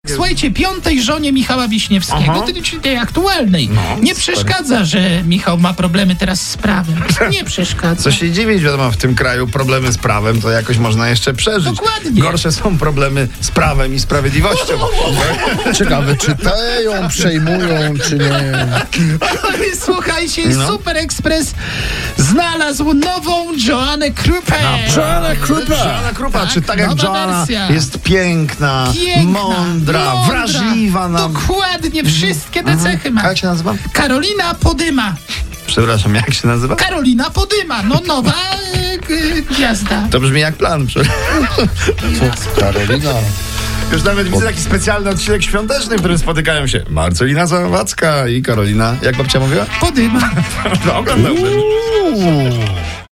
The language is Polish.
Słuchajcie, 5. żonie Michała Wiśniewskiego, czyli tej aktualnej, nie przeszkadza, że Michał ma problemy teraz z prawem. Nie przeszkadza. Co się dziwić, wiadomo, w tym kraju problemy z prawem to jakoś można jeszcze przeżyć. Dokładnie. Gorsze są problemy z prawem i sprawiedliwością. Ciekawe, czy te ją przejmują, czy nie. Słuchajcie, Super Express znalazł nową Joannę Krupę. Joanna Krupa. Joanna Krupa, czy tak jak nowa Joanna wersja. jest piękna, mądra, wrażliwa na... Dokładnie, wszystkie te cechy ma. A jak się nazywa? Karolina Podyma. Przepraszam, jak się nazywa? Karolina Podyma, nowa gwiazda. To brzmi jak plan. Karolina. Już nawet widzę taki specjalny odcinek świąteczny, w którym spotykają się Marcelina Zawadzka i Karolina, jak babcia mówiła? Podyma. No, oglądałbym.